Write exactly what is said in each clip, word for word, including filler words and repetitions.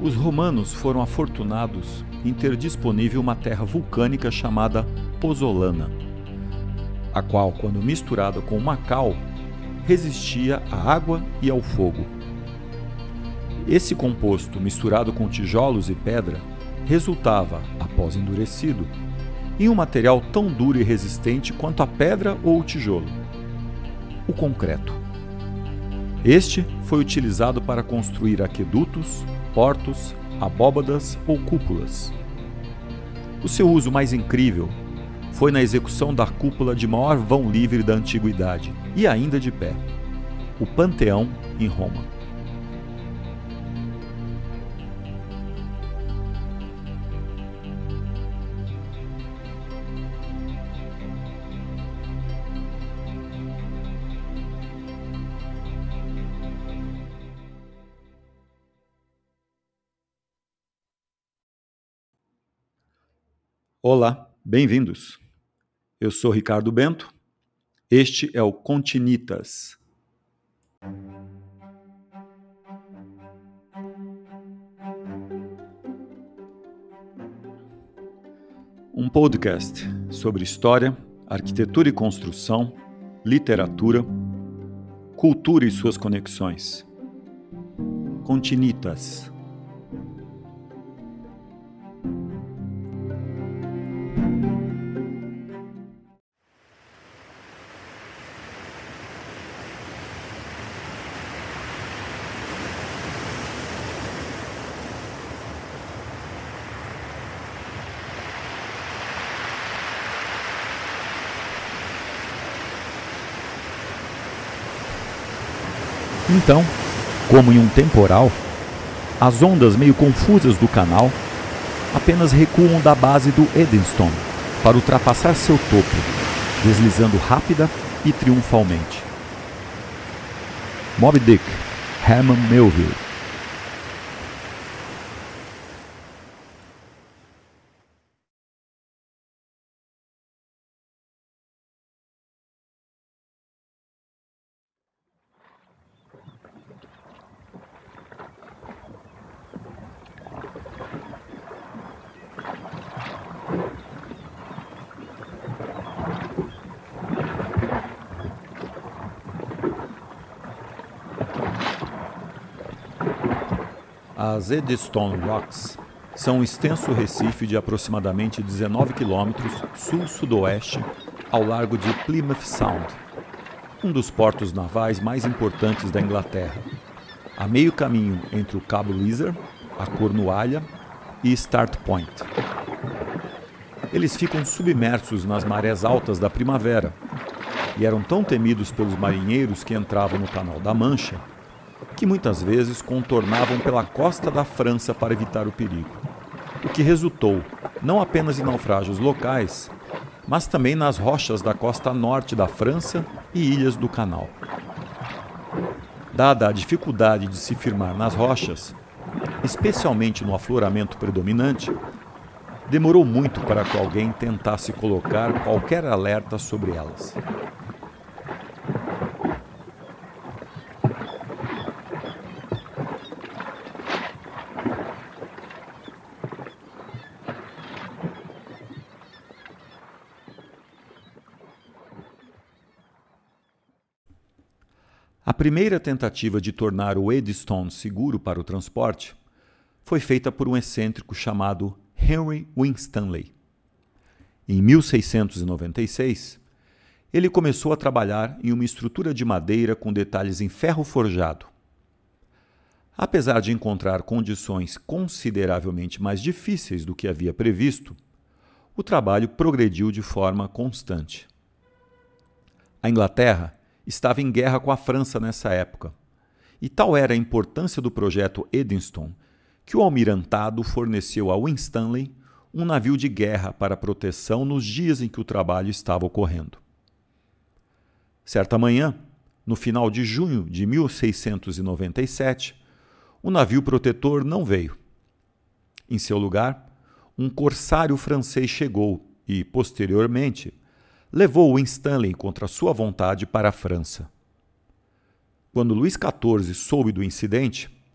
Os romanos foram afortunados em ter disponível uma terra vulcânica chamada Pozzolana, a qual, quando misturada com uma cal, resistia à água e ao fogo. Esse composto, misturado com tijolos e pedra, resultava, após endurecido, em um material tão duro e resistente quanto a pedra ou o tijolo: o concreto. Este foi utilizado para construir aquedutos, portos, abóbadas ou cúpulas. O seu uso mais incrível foi na execução da cúpula de maior vão livre da antiguidade, e ainda de pé: o Panteão, em Roma. Olá, bem-vindos! Eu sou Ricardo Bento, este é o Continitas. Um podcast sobre história, arquitetura e construção, literatura, cultura e suas conexões. Continitas. Então, como em um temporal, as ondas meio confusas do canal apenas recuam da base do Eddystone para ultrapassar seu topo, deslizando rápida e triunfalmente. Moby Dick, Herman Melville. As Eddystone Rocks são um extenso recife de aproximadamente dezenove quilômetros sul-sudoeste ao largo de Plymouth Sound, um dos portos navais mais importantes da Inglaterra, a meio caminho entre o Cabo Lizard, a Cornualha e Start Point. Eles ficam submersos nas marés altas da primavera e eram tão temidos pelos marinheiros que entravam no Canal da Mancha que muitas vezes contornavam pela costa da França para evitar o perigo, o que resultou não apenas em naufrágios locais, mas também nas rochas da costa norte da França e ilhas do canal. Dada a dificuldade de se firmar nas rochas, especialmente no afloramento predominante, demorou muito para que alguém tentasse colocar qualquer alerta sobre elas. A primeira tentativa de tornar o Eddystone seguro para o transporte foi feita por um excêntrico chamado Henry Winstanley. Em mil seiscentos e noventa e seis, ele começou a trabalhar em uma estrutura de madeira com detalhes em ferro forjado. Apesar de encontrar condições consideravelmente mais difíceis do que havia previsto, o trabalho progrediu de forma constante. A Inglaterra estava em guerra com a França nessa época, e tal era a importância do projeto Eddystone que o almirantado forneceu a Winstanley um navio de guerra para proteção nos dias em que o trabalho estava ocorrendo. Certa manhã, no final de junho de mil seiscentos e noventa e sete, o navio protetor não veio. Em seu lugar, um corsário francês chegou e, posteriormente, levou Winstanley contra sua vontade para a França. Quando Luís quatorze soube do incidente,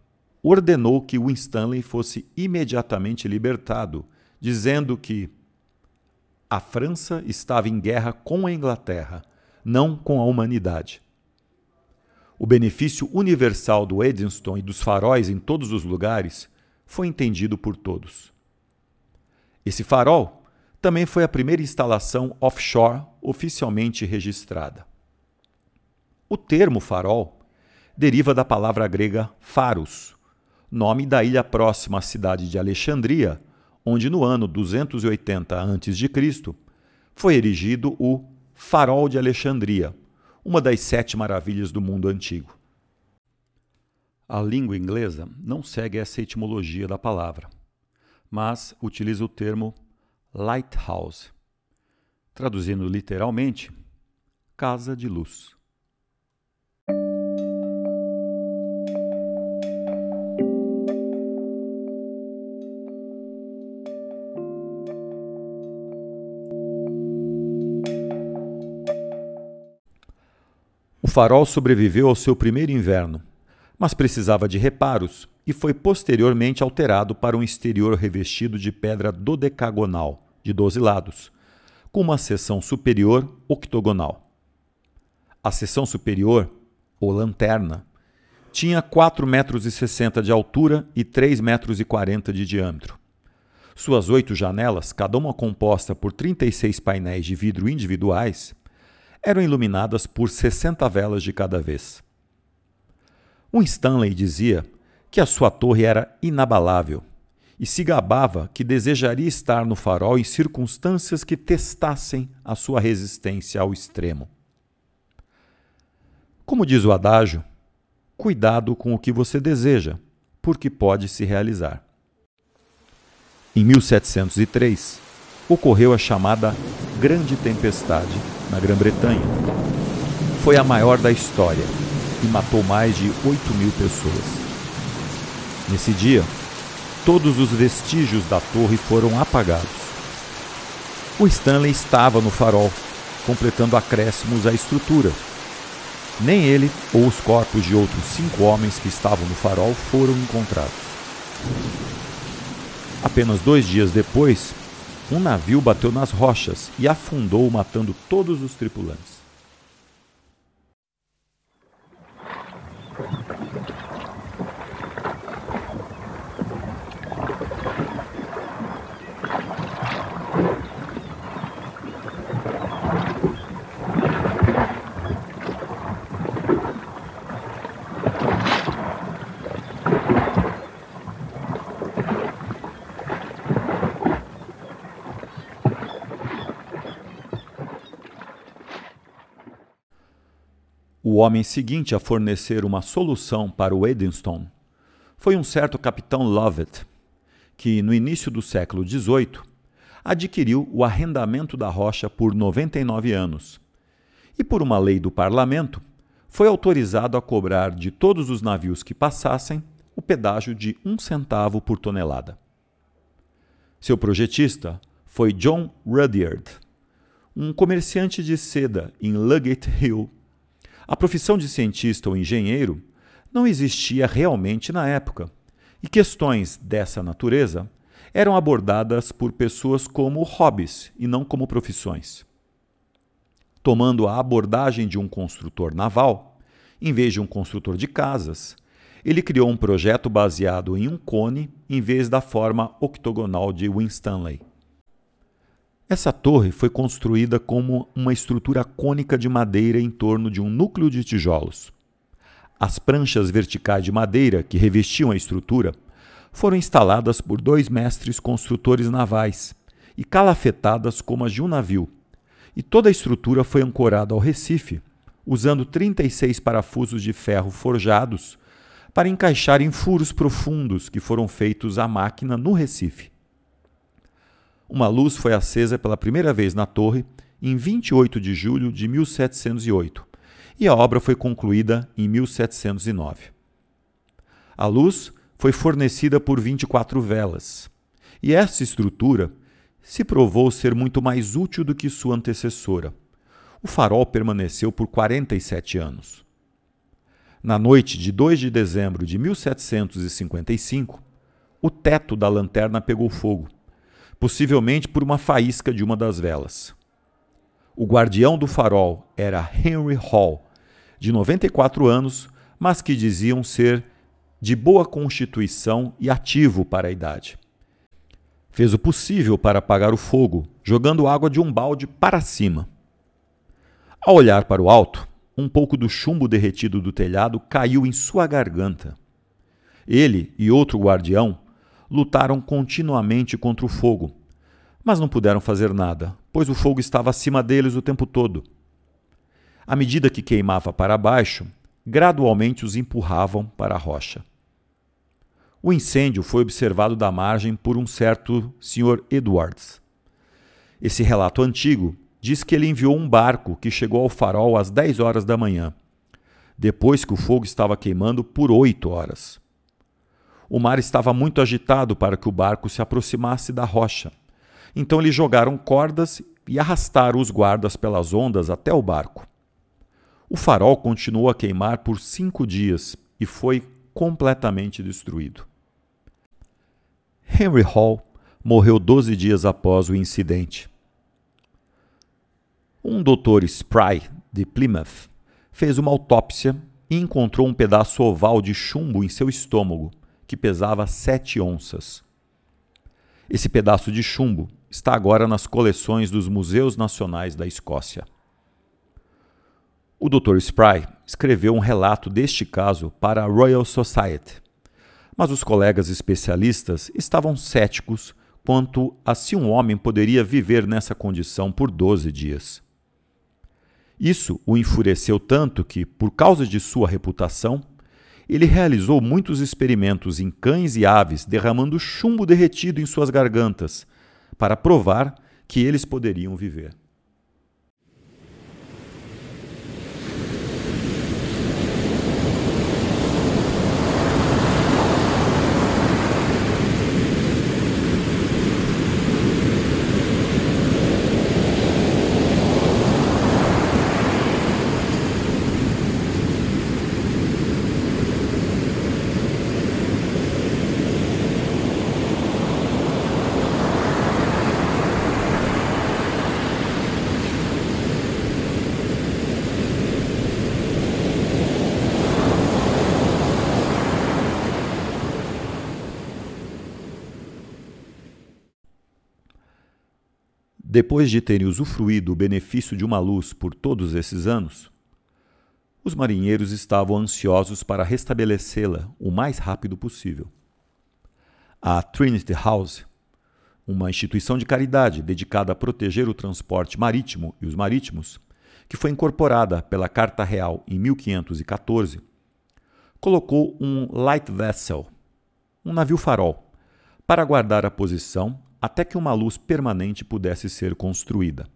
ordenou que Winstanley fosse imediatamente libertado, dizendo que a França estava em guerra com a Inglaterra, não com a humanidade. O benefício universal do Eddystone e dos faróis em todos os lugares foi entendido por todos. Esse farol também foi a primeira instalação offshore oficialmente registrada. O termo farol deriva da palavra grega pharos, nome da ilha próxima à cidade de Alexandria, onde no ano duzentos e oitenta antes de Cristo foi erigido o Farol de Alexandria, uma das sete maravilhas do mundo antigo. A língua inglesa não segue essa etimologia da palavra, mas utiliza o termo lighthouse, traduzindo literalmente, casa de luz. O farol sobreviveu ao seu primeiro inverno, mas precisava de reparos e foi posteriormente alterado para um exterior revestido de pedra dodecagonal, de doze lados, com uma seção superior octogonal. A seção superior, ou lanterna, tinha quatro metros e sessenta de altura e três metros e quarenta de diâmetro. Suas oito janelas, cada uma composta por trinta e seis painéis de vidro individuais, eram iluminadas por sessenta velas de cada vez. Winstanley dizia que a sua torre era inabalável e se gabava que desejaria estar no farol em circunstâncias que testassem a sua resistência ao extremo. Como diz o adágio, cuidado com o que você deseja, porque pode se realizar. Em mil setecentos e três, ocorreu a chamada Grande Tempestade na Grã-Bretanha. Foi a maior da história e matou mais de oito mil pessoas. Nesse dia, todos os vestígios da torre foram apagados. O Stanley estava no farol, completando acréscimos à estrutura. Nem ele ou os corpos de outros cinco homens que estavam no farol foram encontrados. Apenas dois dias depois, um navio bateu nas rochas e afundou, matando todos os tripulantes. O homem seguinte a fornecer uma solução para o Eddystone foi um certo capitão Lovett, que, no início do século dezoito, adquiriu o arrendamento da rocha por noventa e nove anos e, por uma lei do parlamento, foi autorizado a cobrar de todos os navios que passassem o pedágio de um centavo por tonelada. Seu projetista foi John Rudyard, um comerciante de seda em Ludgate Hill. A profissão de cientista ou engenheiro não existia realmente na época, e questões dessa natureza eram abordadas por pessoas como hobbies e não como profissões. Tomando a abordagem de um construtor naval, em vez de um construtor de casas, ele criou um projeto baseado em um cone em vez da forma octogonal de Winstanley. Essa torre foi construída como uma estrutura cônica de madeira em torno de um núcleo de tijolos. As pranchas verticais de madeira que revestiam a estrutura foram instaladas por dois mestres construtores navais e calafetadas como as de um navio, e toda a estrutura foi ancorada ao recife, usando trinta e seis parafusos de ferro forjados para encaixar em furos profundos que foram feitos à máquina no recife. Uma luz foi acesa pela primeira vez na torre em vinte e oito de julho de mil setecentos e oito e a obra foi concluída em mil setecentos e nove. A luz foi fornecida por vinte e quatro velas, e essa estrutura se provou ser muito mais útil do que sua antecessora. O farol permaneceu por quarenta e sete anos. Na noite de dois de dezembro de mil setecentos e cinquenta e cinco, o teto da lanterna pegou fogo, possivelmente por uma faísca de uma das velas. O guardião do farol era Henry Hall, de noventa e quatro anos, mas que diziam ser de boa constituição e ativo para a idade. Fez o possível para apagar o fogo, jogando água de um balde para cima. Ao olhar para o alto, um pouco do chumbo derretido do telhado caiu em sua garganta. Ele e outro guardião lutaram continuamente contra o fogo, mas não puderam fazer nada, pois o fogo estava acima deles o tempo todo. À medida que queimava para baixo, gradualmente os empurravam para a rocha. O incêndio foi observado da margem por um certo senhor Edwards. Esse relato antigo diz que ele enviou um barco que chegou ao farol às dez horas da manhã, depois que o fogo estava queimando por oito horas. O mar estava muito agitado para que o barco se aproximasse da rocha, então eles jogaram cordas e arrastaram os guardas pelas ondas até o barco. O farol continuou a queimar por cinco dias e foi completamente destruído. Henry Hall morreu doze dias após o incidente. Um doutor Spry, de Plymouth, fez uma autópsia e encontrou um pedaço oval de chumbo em seu estômago, que pesava sete onças. Esse pedaço de chumbo está agora nas coleções dos Museus Nacionais da Escócia. O doutor Spry escreveu um relato deste caso para a Royal Society, mas os colegas especialistas estavam céticos quanto a se um homem poderia viver nessa condição por doze dias. Isso o enfureceu tanto que, por causa de sua reputação, ele realizou muitos experimentos em cães e aves derramando chumbo derretido em suas gargantas, para provar que eles poderiam viver. Depois de terem usufruído o benefício de uma luz por todos esses anos, os marinheiros estavam ansiosos para restabelecê-la o mais rápido possível. A Trinity House, uma instituição de caridade dedicada a proteger o transporte marítimo e os marítimos, que foi incorporada pela Carta Real em mil quinhentos e quatorze, colocou um light vessel, um navio-farol, para guardar a posição até que uma luz permanente pudesse ser construída.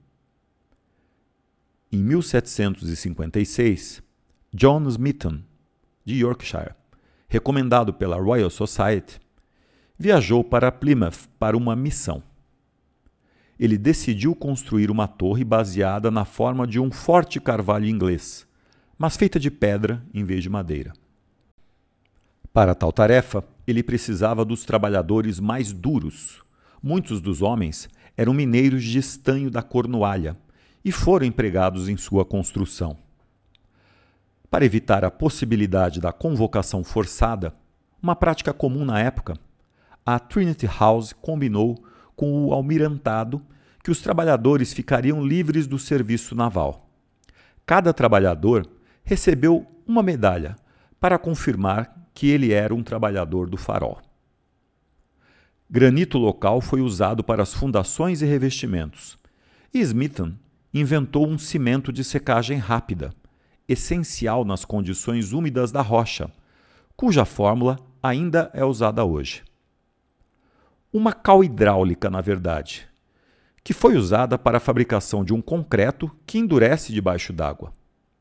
Em mil setecentos e cinquenta e seis, John Smeaton, de Yorkshire, recomendado pela Royal Society, viajou para Plymouth para uma missão. Ele decidiu construir uma torre baseada na forma de um forte carvalho inglês, mas feita de pedra em vez de madeira. Para tal tarefa, ele precisava dos trabalhadores mais duros. Muitos dos homens eram mineiros de estanho da Cornualha e foram empregados em sua construção. Para evitar a possibilidade da convocação forçada, uma prática comum na época, a Trinity House combinou com o almirantado que os trabalhadores ficariam livres do serviço naval. Cada trabalhador recebeu uma medalha para confirmar que ele era um trabalhador do farol. Granito local foi usado para as fundações e revestimentos, e Smeaton inventou um cimento de secagem rápida, essencial nas condições úmidas da rocha, cuja fórmula ainda é usada hoje. Uma cal hidráulica, na verdade, que foi usada para a fabricação de um concreto que endurece debaixo d'água.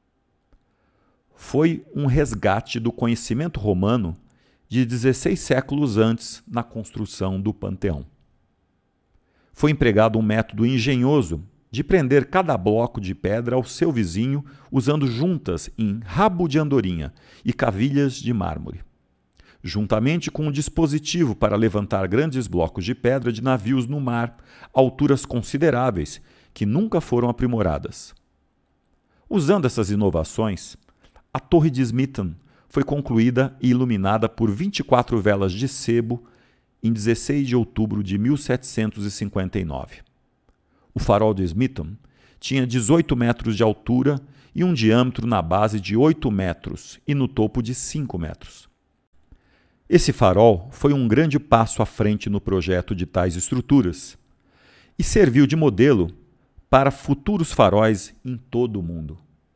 Foi um resgate do conhecimento romano de dezesseis séculos antes na construção do Panteão. Foi empregado um método engenhoso de prender cada bloco de pedra ao seu vizinho usando juntas em rabo de andorinha e cavilhas de mármore, juntamente com um dispositivo para levantar grandes blocos de pedra de navios no mar a alturas consideráveis que nunca foram aprimoradas. Usando essas inovações, a Torre de Smeaton foi concluída e iluminada por vinte e quatro velas de sebo em dezesseis de outubro de mil setecentos e cinquenta e nove. O farol de Smeaton tinha dezoito metros de altura e um diâmetro na base de oito metros e no topo de cinco metros. Esse farol foi um grande passo à frente no projeto de tais estruturas e serviu de modelo para futuros faróis em todo o mundo.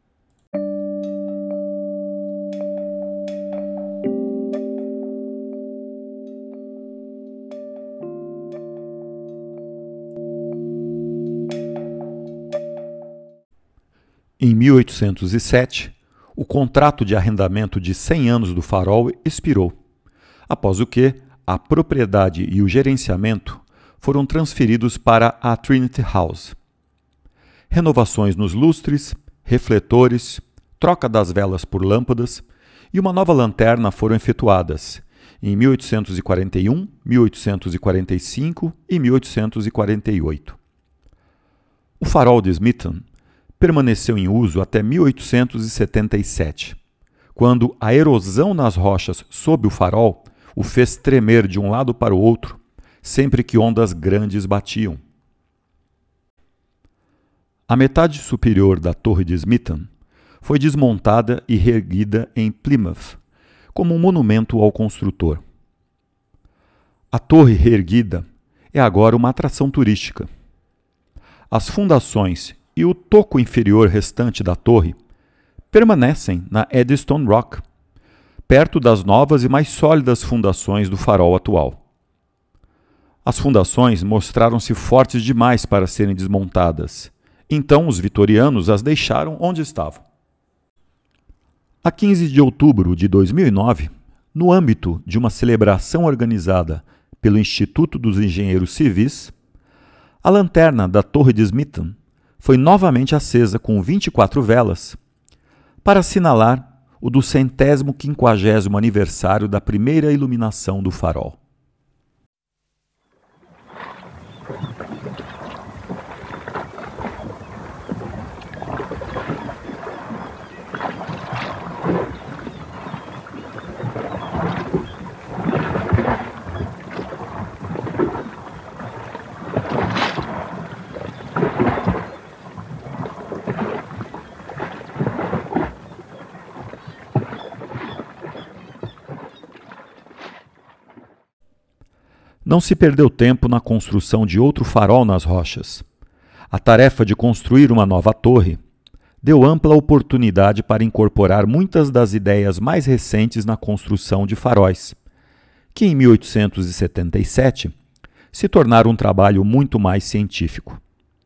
Em mil oitocentos e sete, o contrato de arrendamento de cem anos do farol expirou, após o que a propriedade e o gerenciamento foram transferidos para a Trinity House. Renovações nos lustres, refletores, troca das velas por lâmpadas e uma nova lanterna foram efetuadas em mil oitocentos e quarenta e um, mil oitocentos e quarenta e cinco e mil oitocentos e quarenta e oito. O farol de Smeaton permaneceu em uso até mil oitocentos e setenta e sete, quando a erosão nas rochas sob o farol o fez tremer de um lado para o outro, sempre que ondas grandes batiam. A metade superior da Torre de Smeaton foi desmontada e reerguida em Plymouth, como um monumento ao construtor. A torre reerguida é agora uma atração turística. As fundações e o toco inferior restante da torre permanecem na Eddystone Rock, perto das novas e mais sólidas fundações do farol atual. As fundações mostraram-se fortes demais para serem desmontadas, então os vitorianos as deixaram onde estavam. A quinze de outubro de dois mil e nove, no âmbito de uma celebração organizada pelo Instituto dos Engenheiros Civis, a lanterna da Torre de Smeaton foi novamente acesa com vinte e quatro velas para assinalar o do centésimo quinquagésimo aniversário da primeira iluminação do farol. Não se perdeu tempo na construção de outro farol nas rochas. A tarefa de construir uma nova torre deu ampla oportunidade para incorporar muitas das ideias mais recentes na construção de faróis, que em mil oitocentos e setenta e sete se tornaram um trabalho muito mais científico.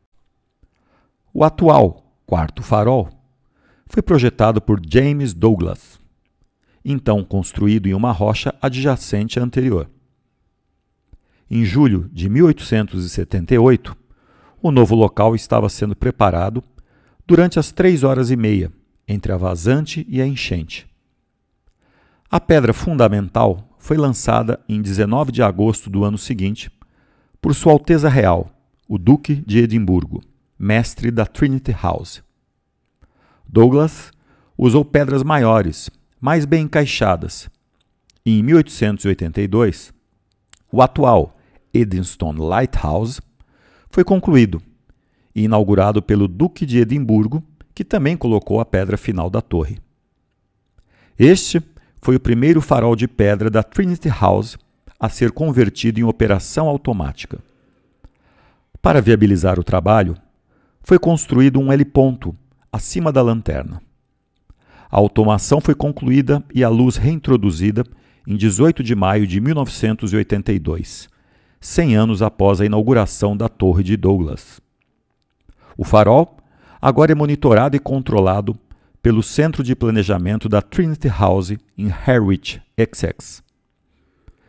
O atual quarto farol foi projetado por James Douglas, então construído em uma rocha adjacente à anterior. Em julho de mil oitocentos e setenta e oito, o novo local estava sendo preparado durante as três horas e meia, entre a vazante e a enchente. A pedra fundamental foi lançada em dezenove de agosto do ano seguinte por Sua Alteza Real, o Duque de Edimburgo, mestre da Trinity House. Douglas usou pedras maiores, mais bem encaixadas, e em mil oitocentos e oitenta e dois, o atual Eddystone Lighthouse foi concluído e inaugurado pelo Duque de Edimburgo, que também colocou a pedra final da torre. Este foi o primeiro farol de pedra da Trinity House a ser convertido em operação automática. Para viabilizar o trabalho, foi construído um heliponto acima da lanterna. A automação foi concluída e a luz reintroduzida em dezoito de maio de mil novecentos e oitenta e dois, cem anos após a inauguração da Torre de Douglas. O farol agora é monitorado e controlado pelo Centro de Planejamento da Trinity House em Harwich, Essex.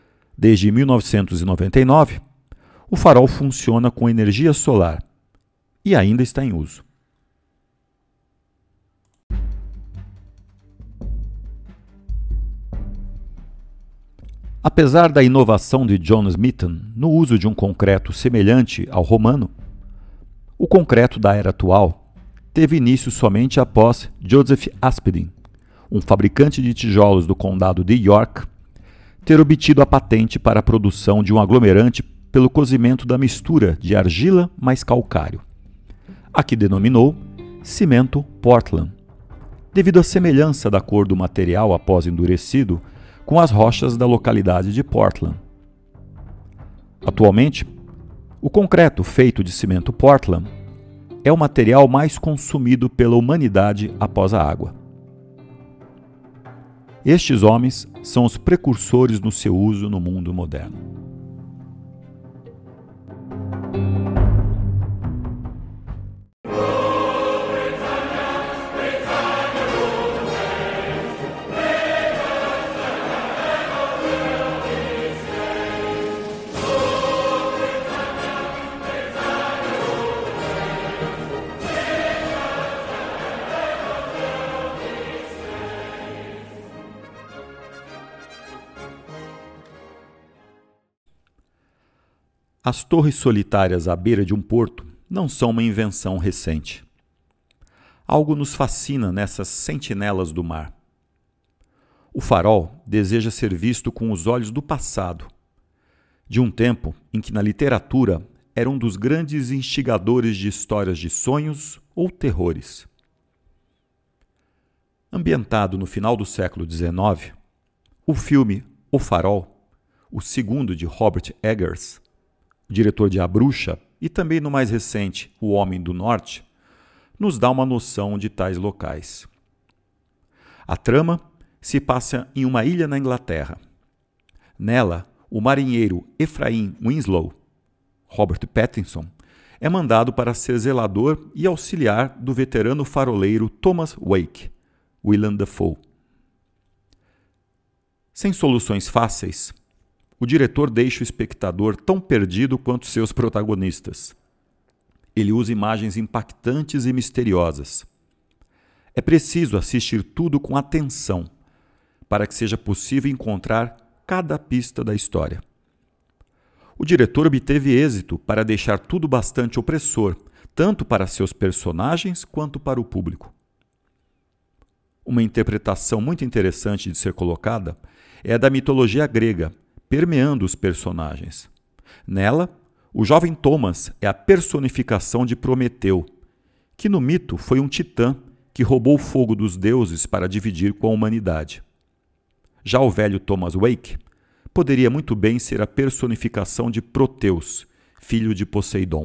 Desde mil novecentos e noventa e nove, o farol funciona com energia solar e ainda está em uso. Apesar da inovação de John Smeaton no uso de um concreto semelhante ao romano, o concreto da era atual teve início somente após Joseph Aspdin, um fabricante de tijolos do condado de York, ter obtido a patente para a produção de um aglomerante pelo cozimento da mistura de argila mais calcário, a que denominou cimento Portland, devido à semelhança da cor do material após endurecido com as rochas da localidade de Portland. Atualmente, o concreto feito de cimento Portland é o material mais consumido pela humanidade após a água. Estes homens são os precursores no seu uso no mundo moderno. As torres solitárias à beira de um porto não são uma invenção recente. Algo nos fascina nessas sentinelas do mar. O farol deseja ser visto com os olhos do passado, de um tempo em que na literatura era um dos grandes instigadores de histórias de sonhos ou terrores. Ambientado no final do século dezenove, o filme O Farol, o segundo de Robert Eggers, diretor de A Bruxa, e também no mais recente O Homem do Norte, nos dá uma noção de tais locais. A trama se passa em uma ilha na Inglaterra. Nela, o marinheiro Ephraim Winslow, Robert Pattinson, é mandado para ser zelador e auxiliar do veterano faroleiro Thomas Wake, Willem Dafoe. Sem soluções fáceis, o diretor deixa o espectador tão perdido quanto seus protagonistas. Ele usa imagens impactantes e misteriosas. É preciso assistir tudo com atenção para que seja possível encontrar cada pista da história. O diretor obteve êxito para deixar tudo bastante opressor, tanto para seus personagens quanto para o público. Uma interpretação muito interessante de ser colocada é a da mitologia grega, permeando os personagens. Nela, o jovem Thomas é a personificação de Prometeu, que no mito foi um titã que roubou o fogo dos deuses para dividir com a humanidade. Já o velho Thomas Wake poderia muito bem ser a personificação de Proteus, filho de Poseidon.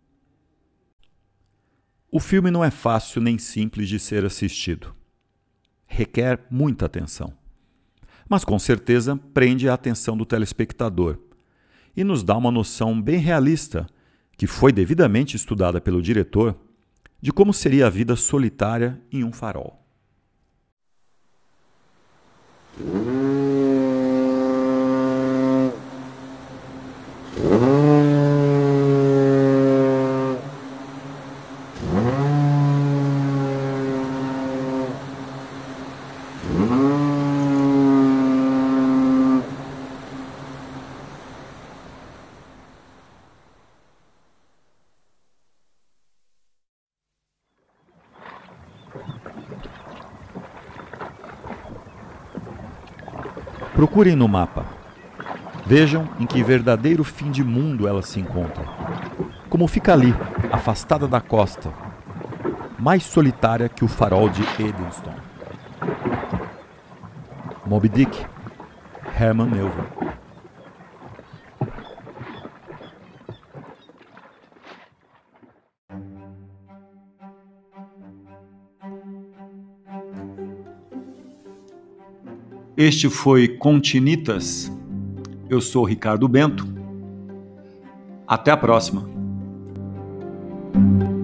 O filme não é fácil nem simples de ser assistido. Requer muita atenção. Mas com certeza prende a atenção do telespectador e nos dá uma noção bem realista, que foi devidamente estudada pelo diretor, de como seria a vida solitária em um farol. Procurem no mapa. Vejam em que verdadeiro fim de mundo ela se encontra. Como fica ali, afastada da costa, mais solitária que o farol de Eddystone. Moby Dick, Herman Melville. Este foi Continitas. Eu sou Ricardo Bento. Até a próxima.